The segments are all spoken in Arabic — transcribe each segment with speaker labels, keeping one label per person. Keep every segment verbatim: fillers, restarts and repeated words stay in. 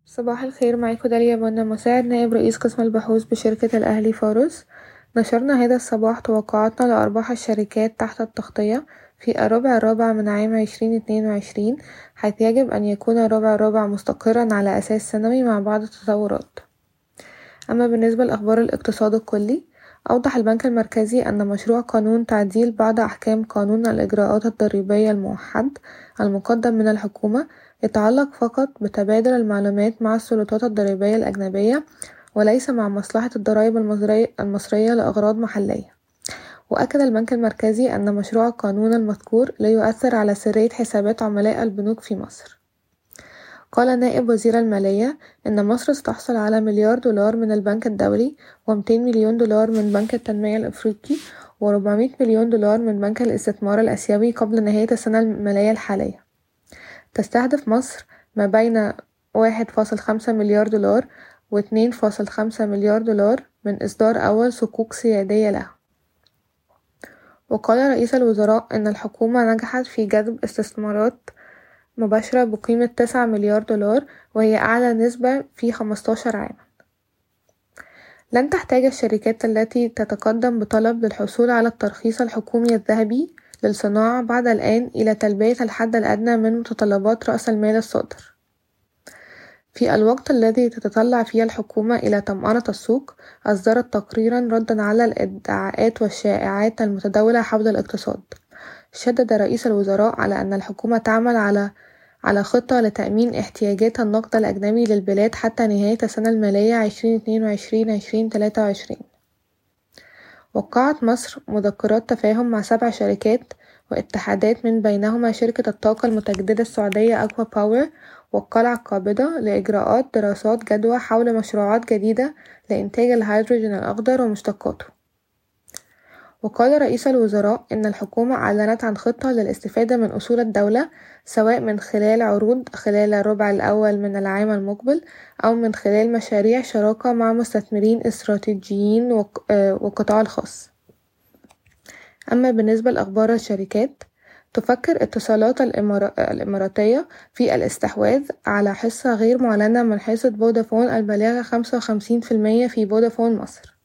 Speaker 1: صباح الخير، معاكم داليا بنا، مساعد نائب رئيس قسم البحوث بشركة الأهلي فارس. نشرنا هذا الصباح توقعاتنا لأرباح الشركات تحت التغطية في الربع الرابع من عام عشرين اتنين وعشرين، حيث يجب أن يكون الربع الرابع مستقرا على أساس سنوي مع بعض التطورات. أما بالنسبة لأخبار الاقتصاد الكلي، أوضح البنك المركزي أن مشروع قانون تعديل بعض أحكام قانون الإجراءات الضريبية الموحد المقدم من الحكومة يتعلق فقط بتبادل المعلومات مع السلطات الضريبية الأجنبية وليس مع مصلحة الضرائب المصرية لأغراض محلية. وأكد البنك المركزي أن مشروع القانون المذكور لا يؤثر على سرية حسابات عملاء البنوك في مصر. قال نائب وزير المالية إن مصر ستحصل على مليار دولار من البنك الدولي ومتين مليون دولار من بنك التنمية الأفريقي وربعمية مليون دولار من بنك الاستثمار الآسيوي قبل نهاية السنة المالية الحالية. تستهدف مصر ما بين واحد فاصل خمسة مليار دولار واتنين فاصل خمسة مليار دولار من إصدار أول صكوك سيادية لها. وقال رئيس الوزراء إن الحكومة نجحت في جذب استثمارات مباشرة بقيمة تسعة مليار دولار، وهي أعلى نسبة في خمستاشر عاما. لن تحتاج الشركات التي تتقدم بطلب للحصول على الترخيص الحكومي الذهبي للصناعة بعد الآن إلى تلبية الحد الأدنى من متطلبات رأس المال الصادر. في الوقت الذي تتطلع فيه الحكومة إلى طمأنة السوق، أصدرت تقريرا ردا على الادعاءات والشائعات المتداولة حول الاقتصاد. شدد رئيس الوزراء على أن الحكومة تعمل على على خطة لتأمين احتياجات النقد الأجنبي للبلاد حتى نهاية السنة المالية عشرين اتنين وعشرين عشرين تلاتة وعشرين. وقعت مصر مذكرات تفاهم مع سبع شركات واتحادات، من بينهما شركة الطاقة المتجددة السعودية أكوا باور والقلعة القابضة، لإجراءات دراسات جدوى حول مشروعات جديدة لإنتاج الهيدروجين الأخضر ومشتقاته. وقال رئيس الوزراء إن الحكومة أعلنت عن خطة للاستفادة من أصول الدولة، سواء من خلال عروض خلال الربع الأول من العام المقبل أو من خلال مشاريع شراكة مع مستثمرين استراتيجيين والقطاع الخاص. أما بالنسبة لأخبار الشركات، تفكر اتصالات الإماراتية في الاستحواذ على حصة غير معلنة من حصة فودافون البالغة خمسة وخمسين بالمية في فودافون مصر.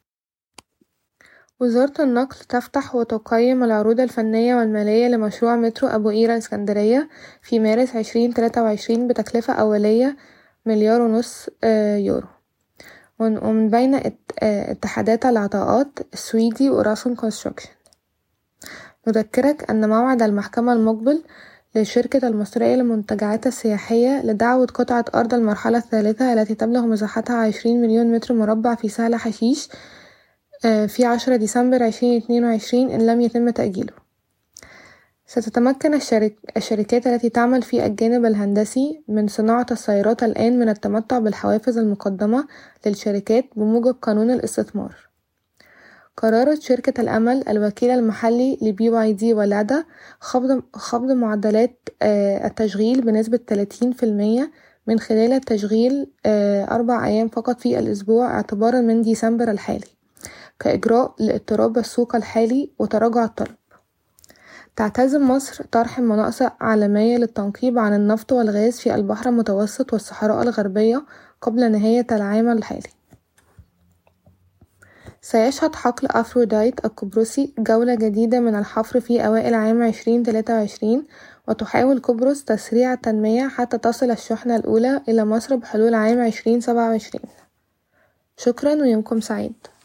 Speaker 1: وزارة النقل تفتح وتقيم العروض الفنية والمالية لمشروع مترو أبو قير الإسكندرية في مارس عشرين تلاتة وعشرين بتكلفة أولية مليار ونص يورو، ومن بين اتحادات العطاءات السويدي وراسون كونستراكشن. نذكرك أن موعد المحكمة المقبل للشركة المصرية للمنتجعات السياحية لدعوة قطعة أرض المرحلة الثالثة التي تبلغ مساحتها عشرين مليون متر مربع في سهل حشيش في عشرة ديسمبر عشرين اتنين وعشرين إن لم يتم تأجيله. ستتمكن الشرك... الشركات التي تعمل في الجانب الهندسي من صناعة السيارات الآن من التمتع بالحوافز المقدمة للشركات بموجب قانون الاستثمار. قررت شركة الأمل الوكيل المحلي لبي واي دي ولادا خفض خفض معدلات التشغيل بنسبة تلاتين بالمية من خلال التشغيل أربع أيام فقط في الأسبوع اعتبارا من ديسمبر الحالي، كإجراء لاضطراب السوق الحالي وتراجع الطلب. تعتزم مصر طرح مناقصة عالمية للتنقيب عن النفط والغاز في البحر المتوسط والصحراء الغربية قبل نهاية العام الحالي. سيشهد حقل أفروديت القبرصي جولة جديدة من الحفر في أوائل عام عشرين تلاتة وعشرين، وتحاول قبرص تسريع التنمية حتى تصل الشحنة الأولى إلى مصر بحلول عام عشرين سبعة وعشرين. شكرا ويومكم سعيد.